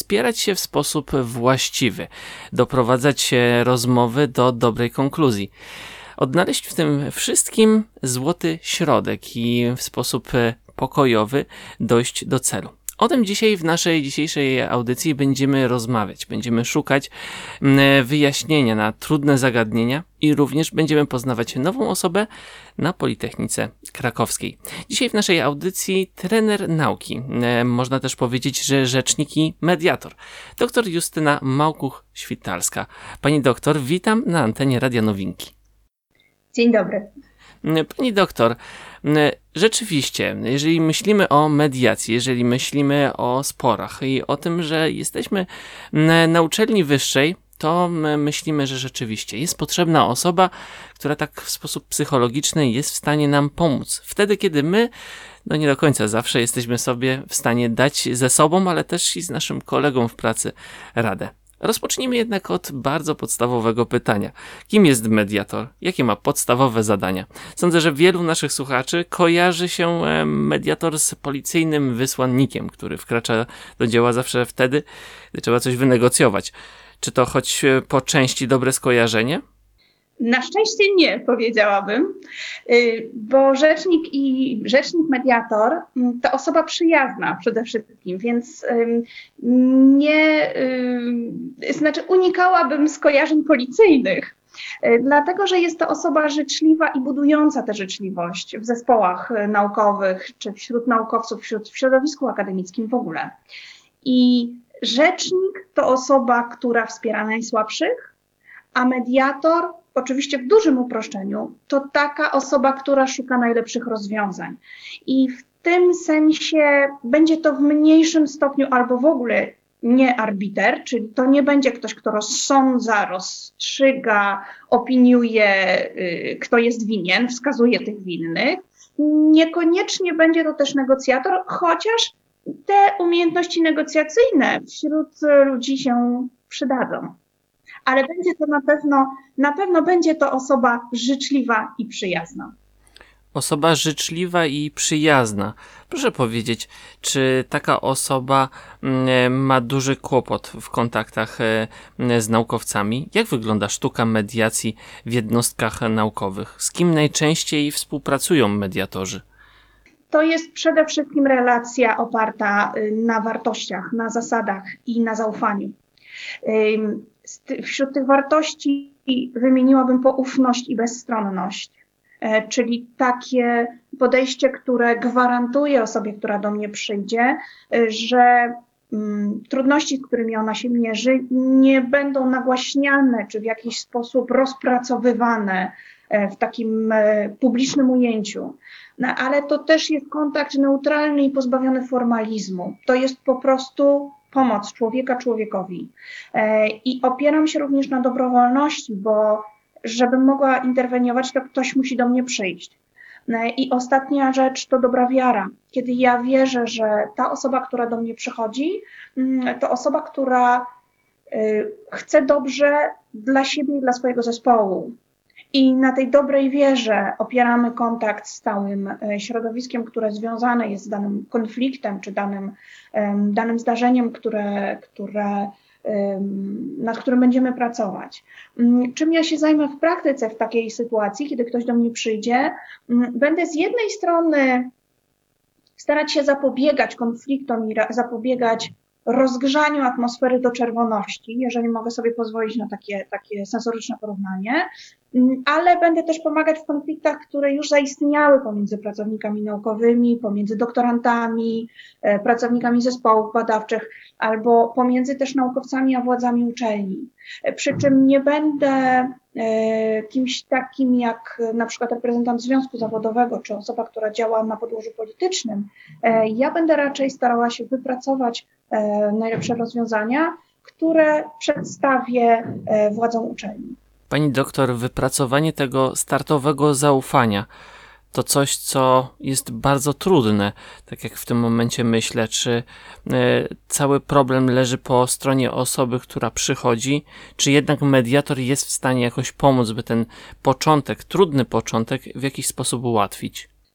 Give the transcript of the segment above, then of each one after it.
wspierać się w sposób właściwy, doprowadzać rozmowy do dobrej konkluzji. Odnaleźć w tym wszystkim złoty środek i w sposób pokojowy dojść do celu. O tym dzisiaj w naszej dzisiejszej audycji będziemy rozmawiać. Będziemy szukać wyjaśnienia na trudne zagadnienia i również będziemy poznawać nową osobę na Politechnice Krakowskiej. Dzisiaj w naszej audycji trener nauki. Można też powiedzieć, że rzecznik i mediator. Dr Justyna Małkuch-Świtalska. Pani doktor, witam na antenie Radia Nowinki. Dzień dobry. Pani doktor, rzeczywiście, jeżeli myślimy o mediacji, jeżeli myślimy o sporach i o tym, że jesteśmy na uczelni wyższej, to my myślimy, że rzeczywiście jest potrzebna osoba, która tak w sposób psychologiczny jest w stanie nam pomóc. Wtedy, kiedy my, nie do końca zawsze jesteśmy sobie w stanie dać ze sobą, ale też i z naszym kolegą w pracy radę. Rozpocznijmy jednak od bardzo podstawowego pytania. Kim jest mediator? Jakie ma podstawowe zadania? Sądzę, że wielu naszych słuchaczy kojarzy się mediator z policyjnym wysłannikiem, który wkracza do dzieła zawsze wtedy, gdy trzeba coś wynegocjować. Czy to choć po części dobre skojarzenie? Na szczęście nie, powiedziałabym, bo rzecznik-mediator to osoba przyjazna przede wszystkim, więc unikałabym skojarzeń policyjnych, dlatego że jest to osoba życzliwa i budująca tę życzliwość w zespołach naukowych, czy wśród naukowców, w środowisku akademickim w ogóle. I rzecznik to osoba, która wspiera najsłabszych, a mediator, oczywiście w dużym uproszczeniu, to taka osoba, która szuka najlepszych rozwiązań. I w tym sensie będzie to w mniejszym stopniu albo w ogóle nie arbiter, czyli to nie będzie ktoś, kto rozsądza, rozstrzyga, opiniuje, kto jest winien, wskazuje tych winnych. Niekoniecznie będzie to też negocjator, chociaż te umiejętności negocjacyjne wśród ludzi się przydadzą. Ale będzie to na pewno będzie to osoba życzliwa i przyjazna. Osoba życzliwa i przyjazna. Proszę powiedzieć, czy taka osoba ma duży kłopot w kontaktach z naukowcami? Jak wygląda sztuka mediacji w jednostkach naukowych? Z kim najczęściej współpracują mediatorzy? To jest przede wszystkim relacja oparta na wartościach, na zasadach i na zaufaniu. Wśród tych wartości wymieniłabym poufność i bezstronność, czyli takie podejście, które gwarantuje osobie, która do mnie przyjdzie, że trudności, z którymi ona się mierzy, nie będą nagłaśniane czy w jakiś sposób rozpracowywane w takim publicznym ujęciu. Ale to też jest kontakt neutralny i pozbawiony formalizmu. To jest po prostu pomoc człowieka człowiekowi. I opieram się również na dobrowolności, bo żebym mogła interweniować, to ktoś musi do mnie przyjść. I ostatnia rzecz to dobra wiara. Kiedy ja wierzę, że ta osoba, która do mnie przychodzi, to osoba, która chce dobrze dla siebie i dla swojego zespołu. I na tej dobrej wierze opieramy kontakt z całym środowiskiem, które związane jest z danym konfliktem czy danym zdarzeniem, nad którym będziemy pracować. Czym ja się zajmę w praktyce w takiej sytuacji, kiedy ktoś do mnie przyjdzie? Będę z jednej strony starać się zapobiegać konfliktom i zapobiegać rozgrzaniu atmosfery do czerwoności, jeżeli mogę sobie pozwolić na takie sensoryczne porównanie, ale będę też pomagać w konfliktach, które już zaistniały pomiędzy pracownikami naukowymi, pomiędzy doktorantami, pracownikami zespołów badawczych, albo pomiędzy też naukowcami a władzami uczelni. Przy czym nie będę kimś takim jak na przykład reprezentant związku zawodowego, czy osoba, która działa na podłożu politycznym. Ja będę raczej starała się wypracować najlepsze rozwiązania, które przedstawię władzom uczelni. Pani doktor, wypracowanie tego startowego zaufania to coś, co jest bardzo trudne, tak jak w tym momencie myślę, czy cały problem leży po stronie osoby, która przychodzi, czy jednak mediator jest w stanie jakoś pomóc, by ten początek, trudny początek w jakiś sposób ułatwić?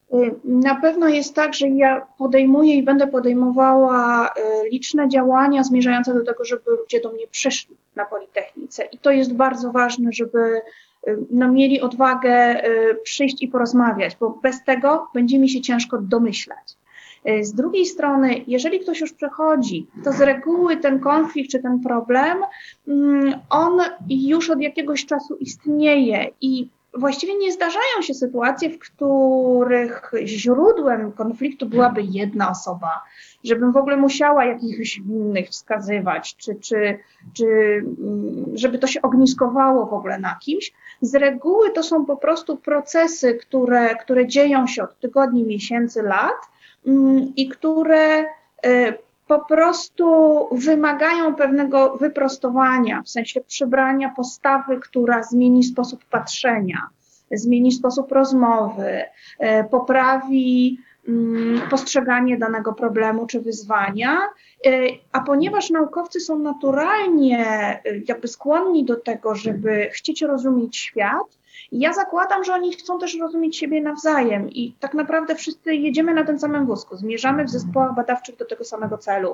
Na pewno jest tak, że ja podejmuję i będę podejmowała liczne działania zmierzające do tego, żeby ludzie do mnie przyszli na Politechnice. I to jest bardzo ważne, żeby no, mieli odwagę przyjść i porozmawiać, bo bez tego będzie mi się ciężko domyślać. Z drugiej strony, jeżeli ktoś już przechodzi, to z reguły ten konflikt czy ten problem, on już od jakiegoś czasu istnieje i właściwie nie zdarzają się sytuacje, w których źródłem konfliktu byłaby jedna osoba, żebym w ogóle musiała jakichś winnych wskazywać, czy żeby to się ogniskowało w ogóle na kimś. Z reguły to są po prostu procesy, które dzieją się od tygodni, miesięcy, lat i które po prostu wymagają pewnego wyprostowania, w sensie przybrania postawy, która zmieni sposób patrzenia, zmieni sposób rozmowy, poprawi postrzeganie danego problemu czy wyzwania, a ponieważ naukowcy są naturalnie jakby skłonni do tego, żeby chcieć rozumieć świat, ja zakładam, że oni chcą też rozumieć siebie nawzajem i tak naprawdę wszyscy jedziemy na tym samym wózku, zmierzamy w zespołach badawczych do tego samego celu.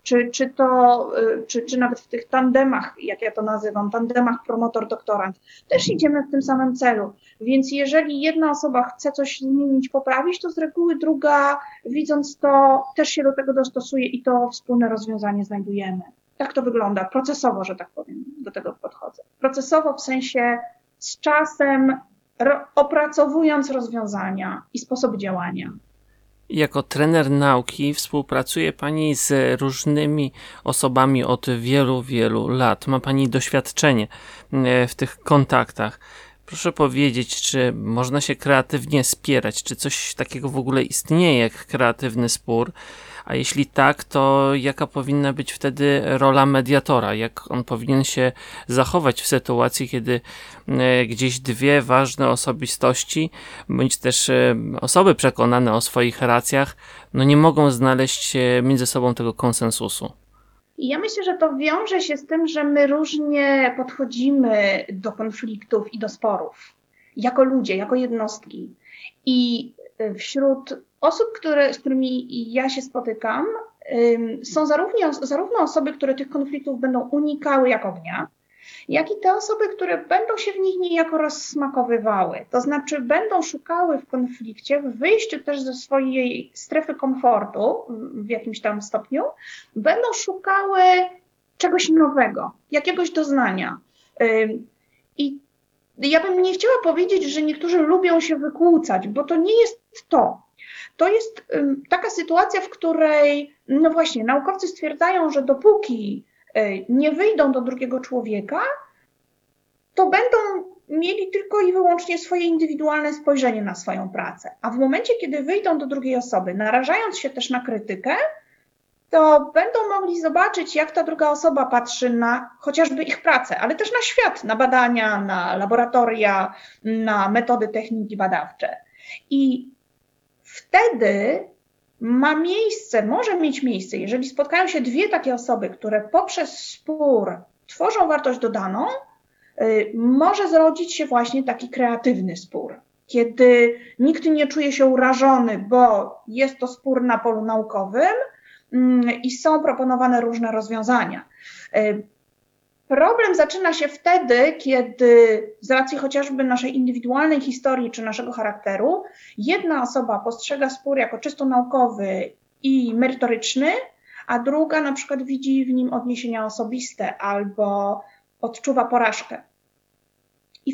Czy nawet w tych tandemach, jak ja to nazywam, tandemach promotor-doktorant, też idziemy w tym samym celu. Więc jeżeli jedna osoba chce coś zmienić, poprawić, to z reguły druga, widząc to, też się do tego dostosuje i to wspólne rozwiązanie znajdujemy. Tak to wygląda, procesowo, że tak powiem, do tego podchodzę. Procesowo w sensie z czasem opracowując rozwiązania i sposoby działania. Jako trener nauki współpracuje Pani z różnymi osobami od wielu, wielu lat. Ma Pani doświadczenie w tych kontaktach. Proszę powiedzieć, czy można się kreatywnie spierać? Czy coś takiego w ogóle istnieje jak kreatywny spór? A jeśli tak, to jaka powinna być wtedy rola mediatora? Jak on powinien się zachować w sytuacji, kiedy gdzieś dwie ważne osobistości, bądź też osoby przekonane o swoich racjach, no nie mogą znaleźć między sobą tego konsensusu? I ja myślę, że to wiąże się z tym, że my różnie podchodzimy do konfliktów i do sporów. Jako ludzie, jako jednostki. I wśród osób, z którymi ja się spotykam, są zarówno osoby, które tych konfliktów będą unikały jak ognia, jak i te osoby, które będą się w nich niejako rozsmakowywały. To znaczy będą szukały w konflikcie, w wyjściu też ze swojej strefy komfortu w jakimś tam stopniu, będą szukały czegoś nowego, jakiegoś doznania. I ja bym nie chciała powiedzieć, że niektórzy lubią się wykłócać, bo to nie jest to. To jest taka sytuacja, w której, no właśnie, naukowcy stwierdzają, że dopóki nie wyjdą do drugiego człowieka, to będą mieli tylko i wyłącznie swoje indywidualne spojrzenie na swoją pracę. A w momencie, kiedy wyjdą do drugiej osoby, narażając się też na krytykę, to będą mogli zobaczyć, jak ta druga osoba patrzy na chociażby ich pracę, ale też na świat, na badania, na laboratoria, na metody, techniki badawcze. I wtedy może mieć miejsce, jeżeli spotkają się dwie takie osoby, które poprzez spór tworzą wartość dodaną, może zrodzić się właśnie taki kreatywny spór, kiedy nikt nie czuje się urażony, bo jest to spór na polu naukowym i są proponowane różne rozwiązania. Problem zaczyna się wtedy, kiedy z racji chociażby naszej indywidualnej historii czy naszego charakteru, jedna osoba postrzega spór jako czysto naukowy i merytoryczny, a druga na przykład widzi w nim odniesienia osobiste albo odczuwa porażkę. I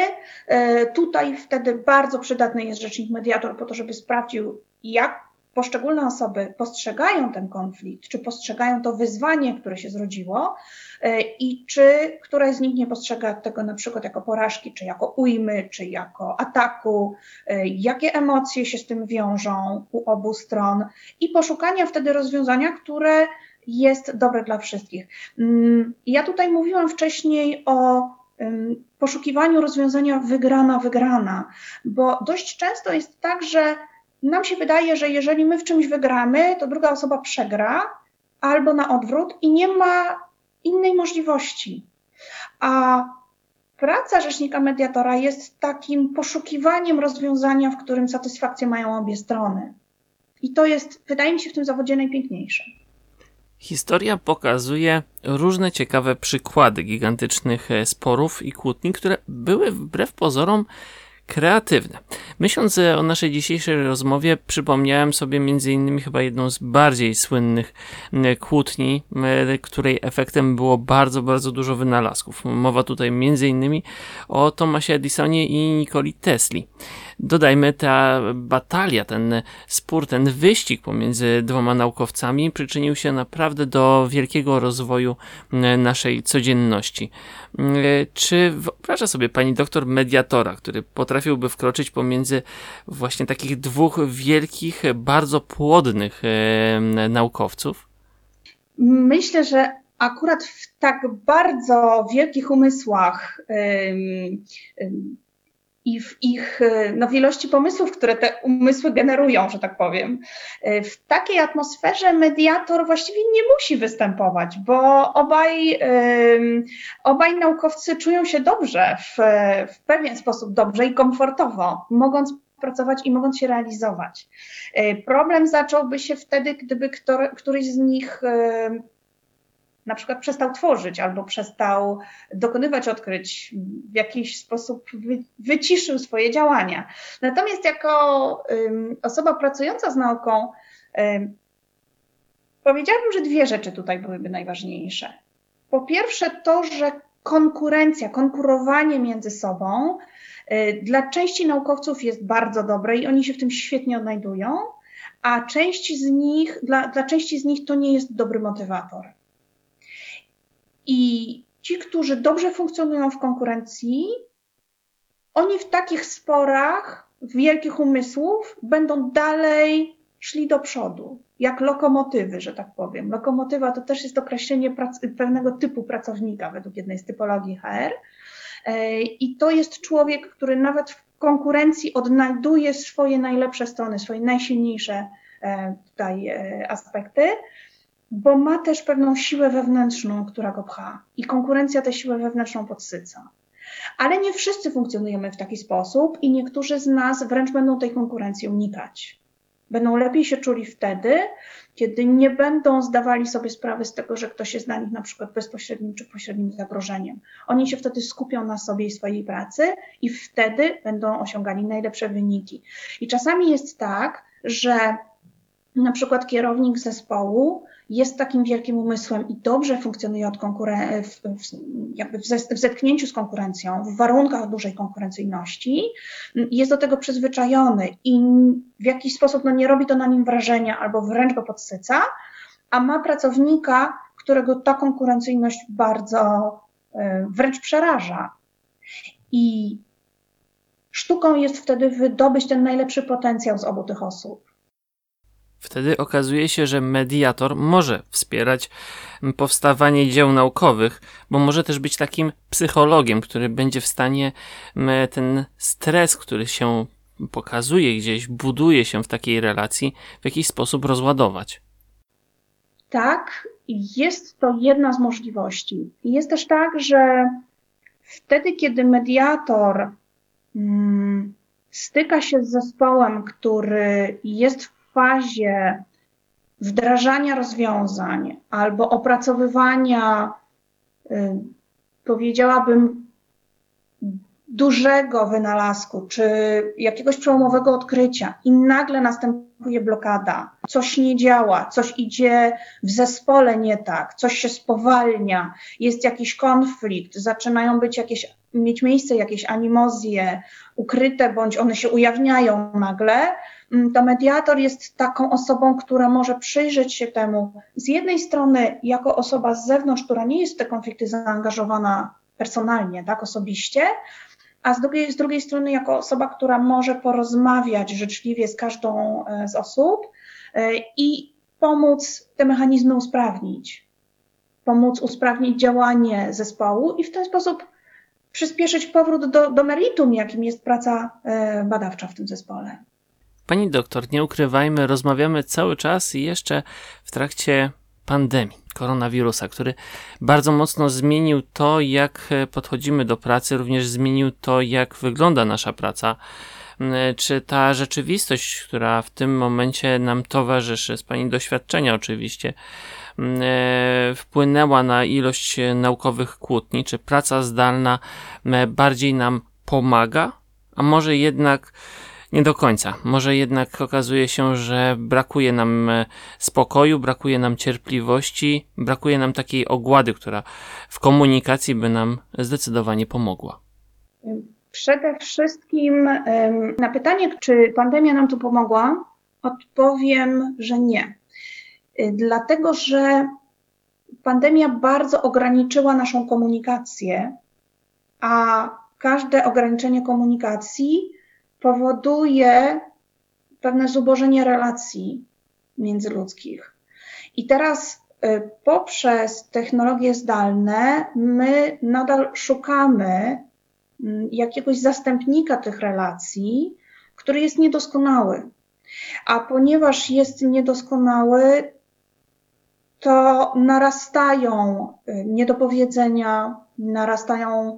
wtedy bardzo przydatny jest rzecznik mediator po to, żeby sprawdził, jak poszczególne osoby postrzegają ten konflikt, czy postrzegają to wyzwanie, które się zrodziło i czy któraś z nich nie postrzega tego na przykład jako porażki, czy jako ujmy, czy jako ataku, jakie emocje się z tym wiążą u obu stron i poszukania wtedy rozwiązania, które jest dobre dla wszystkich. Ja tutaj mówiłam wcześniej o poszukiwaniu rozwiązania wygrana, bo dość często jest tak, że nam się wydaje, że jeżeli my w czymś wygramy, to druga osoba przegra, albo na odwrót i nie ma innej możliwości. A praca rzecznika mediatora jest takim poszukiwaniem rozwiązania, w którym satysfakcję mają obie strony. I to jest, wydaje mi się, w tym zawodzie najpiękniejsze. Historia pokazuje różne ciekawe przykłady gigantycznych sporów i kłótni, które były wbrew pozorom kreatywne. Myśląc o naszej dzisiejszej rozmowie, przypomniałem sobie m.in. chyba jedną z bardziej słynnych kłótni, której efektem było bardzo, bardzo dużo wynalazków. Mowa tutaj m.in. o Thomasie Edisonie i Nikoli Tesli. Dodajmy, ta batalia, ten spór, ten wyścig pomiędzy dwoma naukowcami przyczynił się naprawdę do wielkiego rozwoju naszej codzienności. Czy wyobraża sobie pani doktor mediatora, który potrafiłby wkroczyć pomiędzy właśnie takich dwóch wielkich, bardzo płodnych naukowców? Myślę, że akurat w tak bardzo wielkich umysłach i w ich w ilości pomysłów, które te umysły generują, że tak powiem, w takiej atmosferze mediator właściwie nie musi występować, bo obaj naukowcy czują się dobrze, w pewien sposób dobrze i komfortowo, mogąc pracować i mogąc się realizować. Problem zacząłby się wtedy, gdyby któryś z nich na przykład przestał tworzyć albo przestał dokonywać odkryć, w jakiś sposób wyciszył swoje działania. Natomiast jako osoba pracująca z nauką powiedziałabym, że dwie rzeczy tutaj byłyby najważniejsze. Po pierwsze to, że konkurowanie między sobą dla części naukowców jest bardzo dobre i oni się w tym świetnie odnajdują, a dla części z nich to nie jest dobry motywator. I ci, którzy dobrze funkcjonują w konkurencji, oni w takich sporach wielkich umysłów będą dalej szli do przodu, jak lokomotywy, że tak powiem. Lokomotywa to też jest określenie pewnego typu pracownika według jednej z typologii HR. I to jest człowiek, który nawet w konkurencji odnajduje swoje najlepsze strony, swoje najsilniejsze tutaj aspekty, bo ma też pewną siłę wewnętrzną, która go pcha i konkurencja tę siłę wewnętrzną podsyca. Ale nie wszyscy funkcjonujemy w taki sposób i niektórzy z nas wręcz będą tej konkurencji unikać. Będą lepiej się czuli wtedy, kiedy nie będą zdawali sobie sprawy z tego, że ktoś jest dla nich na przykład bezpośrednim czy pośrednim zagrożeniem. Oni się wtedy skupią na sobie i swojej pracy i wtedy będą osiągali najlepsze wyniki. I czasami jest tak, że na przykład kierownik zespołu jest takim wielkim umysłem i dobrze funkcjonuje w zetknięciu z konkurencją, w warunkach dużej konkurencyjności, jest do tego przyzwyczajony i w jakiś sposób nie robi to na nim wrażenia albo wręcz go podsyca, a ma pracownika, którego ta konkurencyjność bardzo wręcz przeraża. I sztuką jest wtedy wydobyć ten najlepszy potencjał z obu tych osób. Wtedy okazuje się, że mediator może wspierać powstawanie dzieł naukowych, bo może też być takim psychologiem, który będzie w stanie ten stres, który się pokazuje gdzieś, buduje się w takiej relacji, w jakiś sposób rozładować. Tak, jest to jedna z możliwości. Jest też tak, że wtedy, kiedy mediator styka się z zespołem, który jest w fazie wdrażania rozwiązań albo opracowywania, powiedziałabym, dużego wynalazku czy jakiegoś przełomowego odkrycia i nagle następuje blokada, coś nie działa, coś idzie w zespole nie tak, coś się spowalnia, jest jakiś konflikt, zaczynają mieć miejsce jakieś animozje ukryte, bądź one się ujawniają nagle, to mediator jest taką osobą, która może przyjrzeć się temu z jednej strony jako osoba z zewnątrz, która nie jest w te konflikty zaangażowana personalnie, tak, osobiście, a z drugiej strony jako osoba, która może porozmawiać życzliwie z każdą z osób i pomóc te mechanizmy usprawnić. Pomóc usprawnić działanie zespołu i w ten sposób przyspieszyć powrót do meritum, jakim jest praca badawcza w tym zespole. Pani doktor, nie ukrywajmy, rozmawiamy cały czas i jeszcze w trakcie pandemii, koronawirusa, który bardzo mocno zmienił to, jak podchodzimy do pracy, również zmienił to, jak wygląda nasza praca. Czy ta rzeczywistość, która w tym momencie nam towarzyszy, z Pani doświadczenia oczywiście, wpłynęła na ilość naukowych kłótni? Czy praca zdalna bardziej nam pomaga? A może jednak nie do końca. Może jednak okazuje się, że brakuje nam spokoju, brakuje nam cierpliwości, brakuje nam takiej ogłady, która w komunikacji by nam zdecydowanie pomogła. Przede wszystkim na pytanie, czy pandemia nam tu pomogła, odpowiem, że nie. Dlatego, że pandemia bardzo ograniczyła naszą komunikację, a każde ograniczenie komunikacji powoduje pewne zubożenie relacji międzyludzkich. I teraz poprzez technologie zdalne my nadal szukamy jakiegoś zastępnika tych relacji, który jest niedoskonały. A ponieważ jest niedoskonały, to narastają niedopowiedzenia, narastają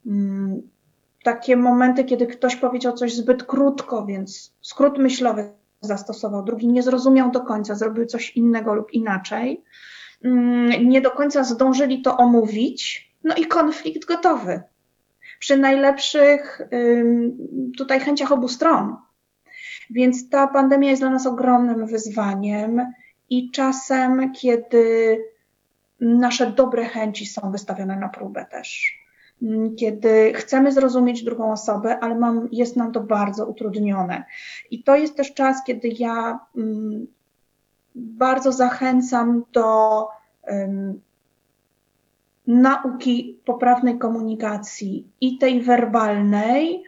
takie momenty, kiedy ktoś powiedział coś zbyt krótko, więc skrót myślowy zastosował, drugi nie zrozumiał do końca, zrobił coś innego lub inaczej. Nie do końca zdążyli to omówić, no i konflikt gotowy. Przy najlepszych tutaj chęciach obu stron. Więc ta pandemia jest dla nas ogromnym wyzwaniem i czasem, kiedy nasze dobre chęci są wystawione na próbę też. Kiedy chcemy zrozumieć drugą osobę, ale jest nam to bardzo utrudnione. I to jest też czas, kiedy ja bardzo zachęcam do nauki poprawnej komunikacji i tej werbalnej,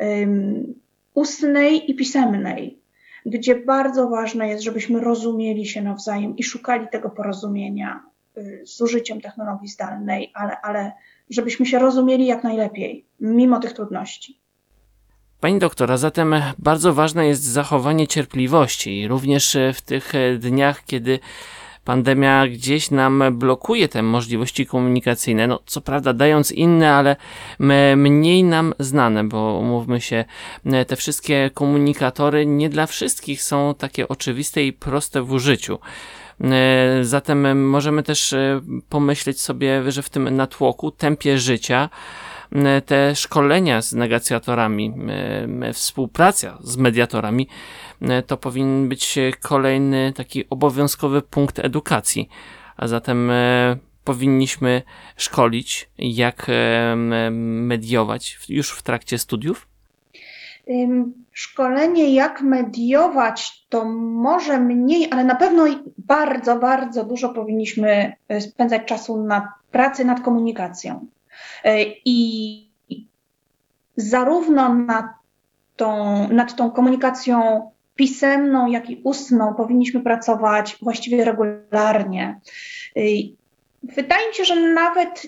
ustnej i pisemnej, gdzie bardzo ważne jest, żebyśmy rozumieli się nawzajem i szukali tego porozumienia z użyciem technologii zdalnej, ale żebyśmy się rozumieli jak najlepiej, mimo tych trudności. Pani doktor, a zatem bardzo ważne jest zachowanie cierpliwości, również w tych dniach, kiedy pandemia gdzieś nam blokuje te możliwości komunikacyjne, no co prawda dając inne, ale mniej nam znane, bo umówmy się, te wszystkie komunikatory nie dla wszystkich są takie oczywiste i proste w użyciu. Zatem możemy też pomyśleć sobie, że w tym natłoku, tempie życia, te szkolenia z negocjatorami, współpraca z mediatorami, to powinien być kolejny taki obowiązkowy punkt edukacji. A zatem powinniśmy szkolić, jak mediować już w trakcie studiów? Szkolenie, jak mediować, to może mniej, ale na pewno bardzo, bardzo dużo powinniśmy spędzać czasu na pracy nad komunikacją. I zarówno nad tą komunikacją pisemną, jak i ustną powinniśmy pracować właściwie regularnie. Wydaje mi się, że nawet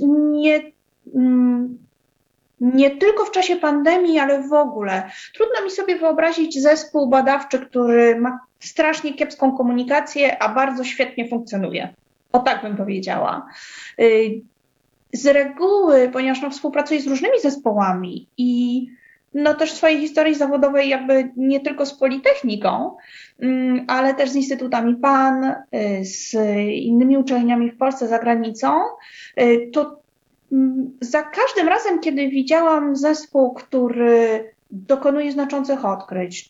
nie tylko w czasie pandemii, ale w ogóle. Trudno mi sobie wyobrazić zespół badawczy, który ma strasznie kiepską komunikację, a bardzo świetnie funkcjonuje. O tak bym powiedziała. Z reguły, ponieważ współpracuję z różnymi zespołami i też w swojej historii zawodowej jakby nie tylko z Politechniką, ale też z Instytutami PAN, z innymi uczelniami w Polsce, za granicą, to za każdym razem, kiedy widziałam zespół, który dokonuje znaczących odkryć,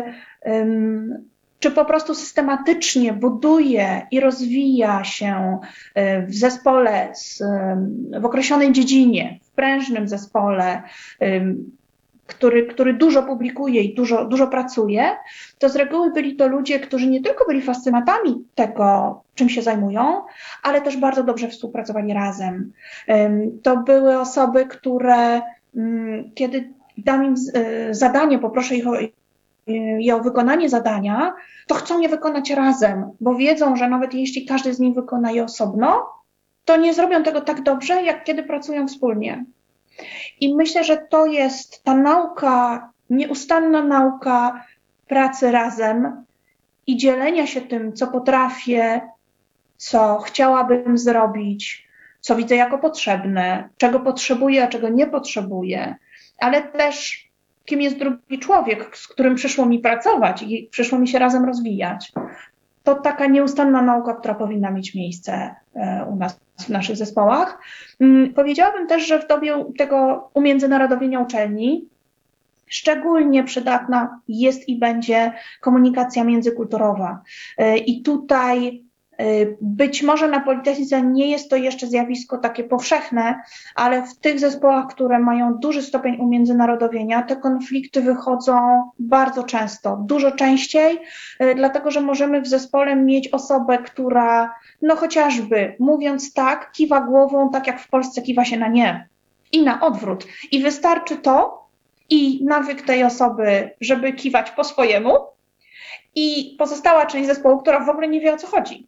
czy po prostu systematycznie buduje i rozwija się w zespole, w określonej dziedzinie, w prężnym zespole, który dużo publikuje i dużo pracuje, to z reguły byli to ludzie, którzy nie tylko byli fascynatami tego, czym się zajmują, ale też bardzo dobrze współpracowali razem. To były osoby, które kiedy dam im zadanie, poproszę ich o wykonanie zadania, to chcą je wykonać razem, bo wiedzą, że nawet jeśli każdy z nich wykona je osobno, to nie zrobią tego tak dobrze, jak kiedy pracują wspólnie. I myślę, że to jest ta nauka, nieustanna nauka pracy razem i dzielenia się tym, co potrafię co chciałabym zrobić, co widzę jako potrzebne, czego potrzebuję, a czego nie potrzebuję, ale też kim jest drugi człowiek, z którym przyszło mi pracować i przyszło mi się razem rozwijać. To taka nieustanna nauka, która powinna mieć miejsce u nas w naszych zespołach. Powiedziałabym też, że w dobie tego umiędzynarodowienia uczelni szczególnie przydatna jest i będzie komunikacja międzykulturowa. I tutaj być może na Politechnice nie jest to jeszcze zjawisko takie powszechne, ale w tych zespołach, które mają duży stopień umiędzynarodowienia, te konflikty wychodzą bardzo często, dużo częściej, dlatego że możemy w zespole mieć osobę, która no chociażby mówiąc tak, kiwa głową, tak jak w Polsce kiwa się na nie i na odwrót. I wystarczy to i nawyk tej osoby, żeby kiwać po swojemu, i pozostała część zespołu, która w ogóle nie wie, o co chodzi.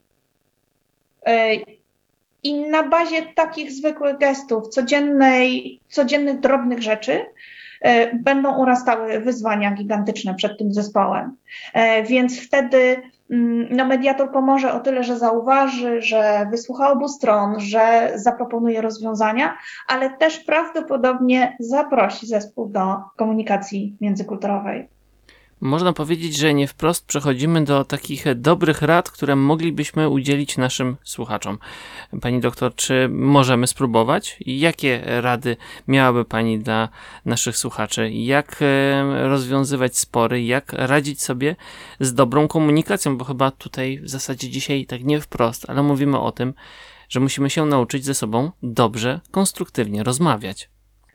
I na bazie takich zwykłych gestów, codziennych drobnych rzeczy będą urastały wyzwania gigantyczne przed tym zespołem. Więc wtedy mediator pomoże o tyle, że zauważy, że wysłucha obu stron, że zaproponuje rozwiązania, ale też prawdopodobnie zaprosi zespół do komunikacji międzykulturowej. Można powiedzieć, że nie wprost przechodzimy do takich dobrych rad, które moglibyśmy udzielić naszym słuchaczom. Pani doktor, czy możemy spróbować? Jakie rady miałaby Pani dla naszych słuchaczy? Jak rozwiązywać spory? Jak radzić sobie z dobrą komunikacją? Bo chyba tutaj w zasadzie dzisiaj tak nie wprost, ale mówimy o tym, że musimy się nauczyć ze sobą dobrze, konstruktywnie rozmawiać.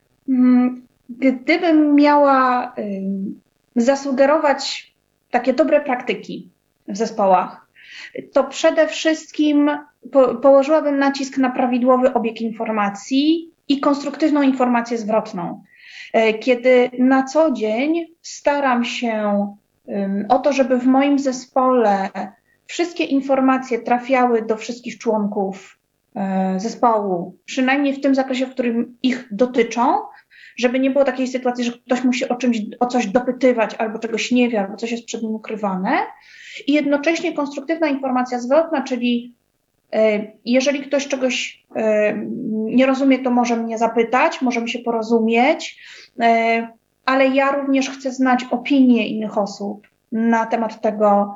Gdybym miała zasugerować takie dobre praktyki w zespołach, to przede wszystkim położyłabym nacisk na prawidłowy obieg informacji i konstruktywną informację zwrotną. Kiedy na co dzień staram się o to, żeby w moim zespole wszystkie informacje trafiały do wszystkich członków zespołu, przynajmniej w tym zakresie, w którym ich dotyczą, żeby nie było takiej sytuacji, że ktoś musi o coś dopytywać, albo czegoś nie wie, albo coś jest przed nim ukrywane. I jednocześnie konstruktywna informacja zwrotna, czyli jeżeli ktoś czegoś nie rozumie, to może mnie zapytać, możemy się porozumieć, ale ja również chcę znać opinie innych osób na temat tego,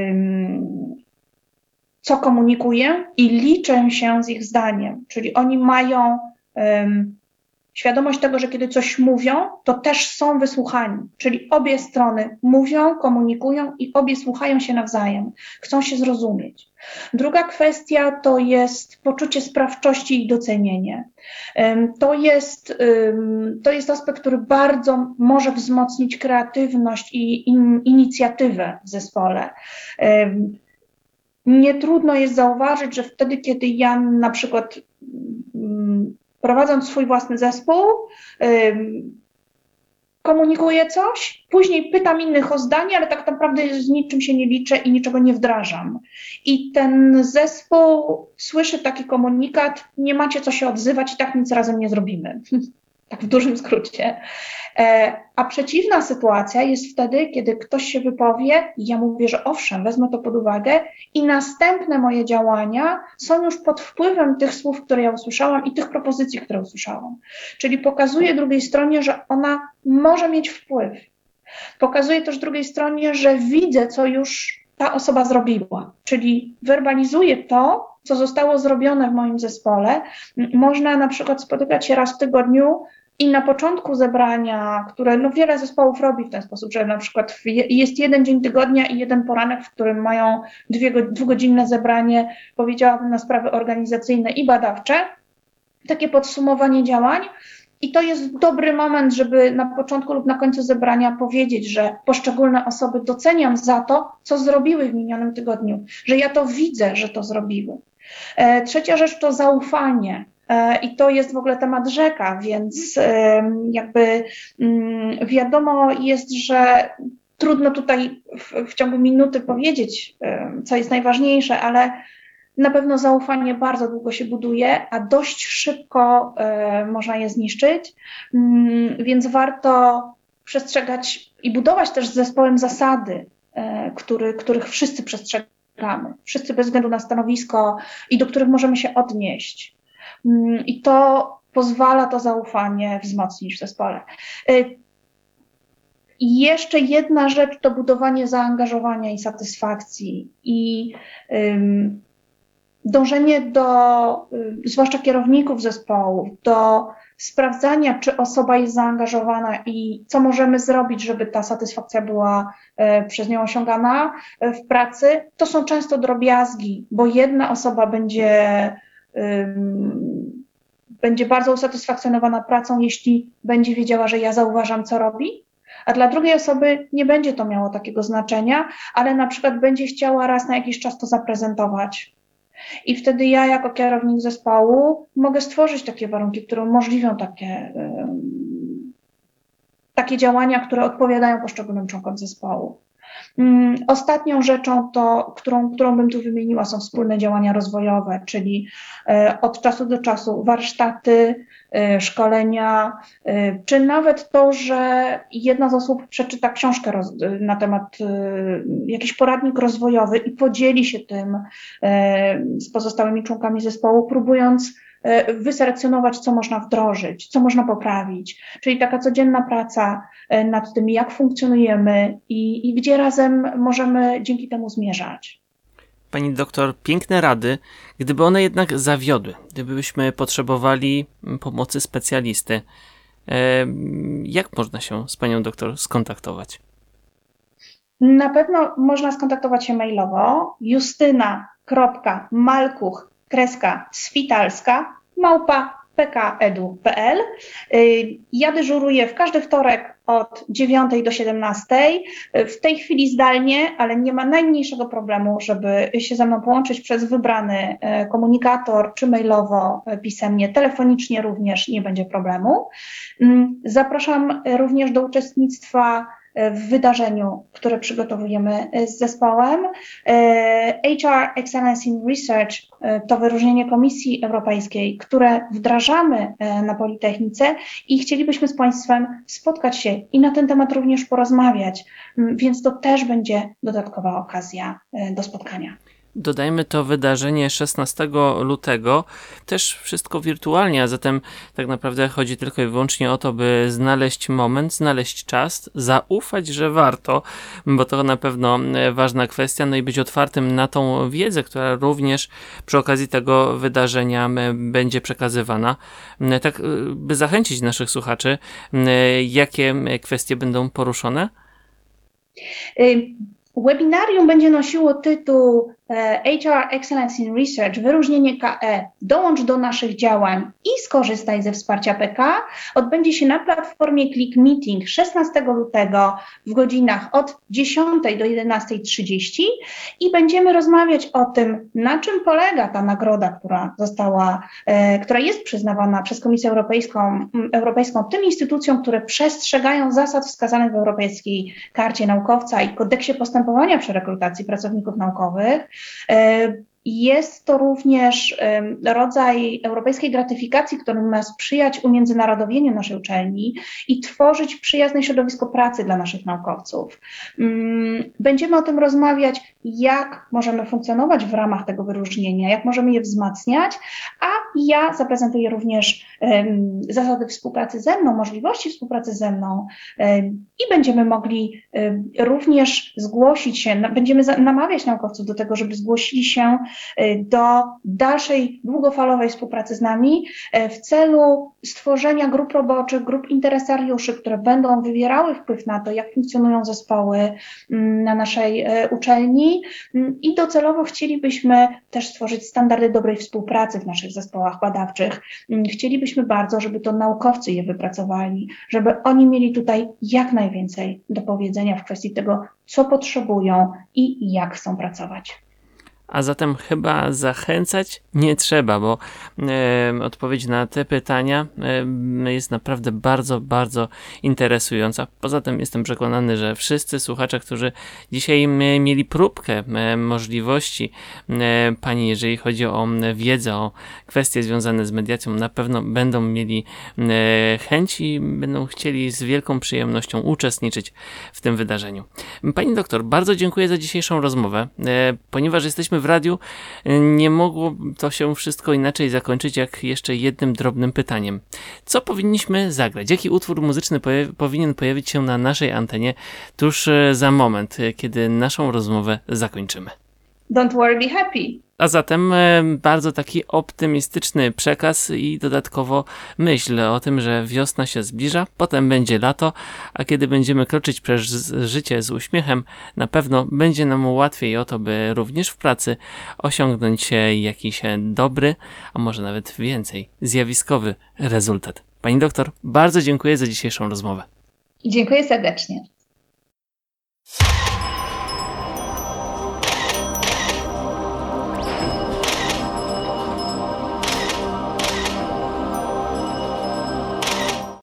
co komunikuję, i liczę się z ich zdaniem, czyli oni mają świadomość tego, że kiedy coś mówią, to też są wysłuchani, czyli obie strony mówią, komunikują i obie słuchają się nawzajem, chcą się zrozumieć. Druga kwestia to jest poczucie sprawczości i docenienie. To jest aspekt, który bardzo może wzmocnić kreatywność i inicjatywę w zespole. Nie trudno jest zauważyć, że wtedy, kiedy ja na przykład prowadząc swój własny zespół, komunikuję coś, później pytam innych o zdanie, ale tak naprawdę z niczym się nie liczę i niczego nie wdrażam. I ten zespół słyszy taki komunikat: nie macie co się odzywać i tak nic razem nie zrobimy. Tak w dużym skrócie. A przeciwna sytuacja jest wtedy, kiedy ktoś się wypowie i ja mówię, że owszem, wezmę to pod uwagę, i następne moje działania są już pod wpływem tych słów, które ja usłyszałam, i tych propozycji, które usłyszałam. Czyli pokazuję drugiej stronie, że ona może mieć wpływ. Pokazuję też drugiej stronie, że widzę, co już ta osoba zrobiła. Czyli werbalizuję to, co zostało zrobione w moim zespole. Można na przykład spotykać się raz w tygodniu i na początku zebrania, które wiele zespołów robi w ten sposób, że na przykład jest jeden dzień tygodnia i jeden poranek, w którym mają dwugodzinne zebranie, powiedziałabym, na sprawy organizacyjne i badawcze, takie podsumowanie działań. I to jest dobry moment, żeby na początku lub na końcu zebrania powiedzieć, że poszczególne osoby doceniam za to, co zrobiły w minionym tygodniu, że ja to widzę, że to zrobiły. Trzecia rzecz to zaufanie. I to jest w ogóle temat rzeka, więc jakby wiadomo jest, że trudno tutaj w ciągu minuty powiedzieć, co jest najważniejsze, ale na pewno zaufanie bardzo długo się buduje, a dość szybko można je zniszczyć, więc warto przestrzegać i budować też z zespołem zasady, których wszyscy przestrzegają, spotykamy. Wszyscy bez względu na stanowisko i do których możemy się odnieść. I to pozwala to zaufanie wzmocnić w zespole. I jeszcze jedna rzecz to budowanie zaangażowania i satysfakcji i dążenie do, zwłaszcza kierowników zespołów, do sprawdzania, czy osoba jest zaangażowana i co możemy zrobić, żeby ta satysfakcja była przez nią osiągana w pracy. To są często drobiazgi, bo jedna osoba będzie bardzo usatysfakcjonowana pracą, jeśli będzie wiedziała, że ja zauważam, co robi, a dla drugiej osoby nie będzie to miało takiego znaczenia, ale na przykład będzie chciała raz na jakiś czas to zaprezentować. I wtedy ja jako kierownik zespołu mogę stworzyć takie warunki, które umożliwią takie działania, które odpowiadają poszczególnym członkom zespołu. Ostatnią rzeczą, którą bym tu wymieniła, są wspólne działania rozwojowe, czyli od czasu do czasu warsztaty, szkolenia, czy nawet to, że jedna z osób przeczyta książkę na temat, jakiś poradnik rozwojowy i podzieli się tym z pozostałymi członkami zespołu, próbując wyselekcjonować, co można wdrożyć, co można poprawić. Czyli taka codzienna praca nad tym, jak funkcjonujemy i gdzie razem możemy dzięki temu zmierzać. Pani doktor, piękne rady. Gdyby one jednak zawiodły, gdybyśmy potrzebowali pomocy specjalisty, jak można się z panią doktor skontaktować? Na pewno można skontaktować się mailowo justyna.malkuch-switalska@pkedu.pl. Ja dyżuruję w każdy wtorek od 9 do 17. W tej chwili zdalnie, ale nie ma najmniejszego problemu, żeby się ze mną połączyć przez wybrany komunikator, czy mailowo, pisemnie, telefonicznie również nie będzie problemu. Zapraszam również do uczestnictwa w wydarzeniu, które przygotowujemy z zespołem. HR Excellence in Research to wyróżnienie Komisji Europejskiej, które wdrażamy na Politechnice i chcielibyśmy z Państwem spotkać się i na ten temat również porozmawiać, więc to też będzie dodatkowa okazja do spotkania. Dodajmy to wydarzenie 16 lutego, też wszystko wirtualnie, a zatem tak naprawdę chodzi tylko i wyłącznie o to, by znaleźć moment, znaleźć czas, zaufać, że warto, bo to na pewno ważna kwestia, no i być otwartym na tą wiedzę, która również przy okazji tego wydarzenia będzie przekazywana. Tak, by zachęcić naszych słuchaczy, jakie kwestie będą poruszone? Webinarium będzie nosiło tytuł HR Excellence in Research, wyróżnienie KE, dołącz do naszych działań i skorzystaj ze wsparcia PK. Odbędzie się na platformie Click Meeting 16 lutego w godzinach od 10 do 11:30 i będziemy rozmawiać o tym, na czym polega ta nagroda, która jest przyznawana przez Komisję Europejską tym instytucjom, które przestrzegają zasad wskazanych w Europejskiej Karcie Naukowca i Kodeksie Postępowania przy rekrutacji pracowników naukowych. Jest to również rodzaj europejskiej gratyfikacji, który ma sprzyjać umiędzynarodowieniu naszej uczelni i tworzyć przyjazne środowisko pracy dla naszych naukowców. Będziemy o tym rozmawiać, jak możemy funkcjonować w ramach tego wyróżnienia, jak możemy je wzmacniać, a ja zaprezentuję również zasady współpracy ze mną, możliwości współpracy ze mną i będziemy mogli również zgłosić się, będziemy namawiać naukowców do tego, żeby zgłosili się do dalszej, długofalowej współpracy z nami w celu stworzenia grup roboczych, grup interesariuszy, które będą wywierały wpływ na to, jak funkcjonują zespoły na naszej uczelni i docelowo chcielibyśmy też stworzyć standardy dobrej współpracy w naszych zespołach badawczych. Chcielibyśmy bardzo, żeby to naukowcy je wypracowali, żeby oni mieli tutaj jak najwięcej do powiedzenia w kwestii tego, co potrzebują i jak chcą pracować. A zatem chyba zachęcać nie trzeba, bo odpowiedź na te pytania jest naprawdę bardzo, bardzo interesująca. Poza tym jestem przekonany, że wszyscy słuchacze, którzy dzisiaj mieli próbkę możliwości Pani, jeżeli chodzi o wiedzę, o kwestie związane z mediacją, na pewno będą mieli chęć i będą chcieli z wielką przyjemnością uczestniczyć w tym wydarzeniu. Pani doktor, bardzo dziękuję za dzisiejszą rozmowę. Ponieważ jesteśmy w radiu, nie mogło to się wszystko inaczej zakończyć jak jeszcze jednym drobnym pytaniem. Co powinniśmy zagrać? Jaki utwór muzyczny powinien pojawić się na naszej antenie tuż za moment, kiedy naszą rozmowę zakończymy? Don't worry, be happy. A zatem bardzo taki optymistyczny przekaz i dodatkowo myśl o tym, że wiosna się zbliża, potem będzie lato, a kiedy będziemy kroczyć przez życie z uśmiechem, na pewno będzie nam łatwiej o to, by również w pracy osiągnąć jakiś dobry, a może nawet więcej, zjawiskowy rezultat. Pani doktor, bardzo dziękuję za dzisiejszą rozmowę. Dziękuję serdecznie.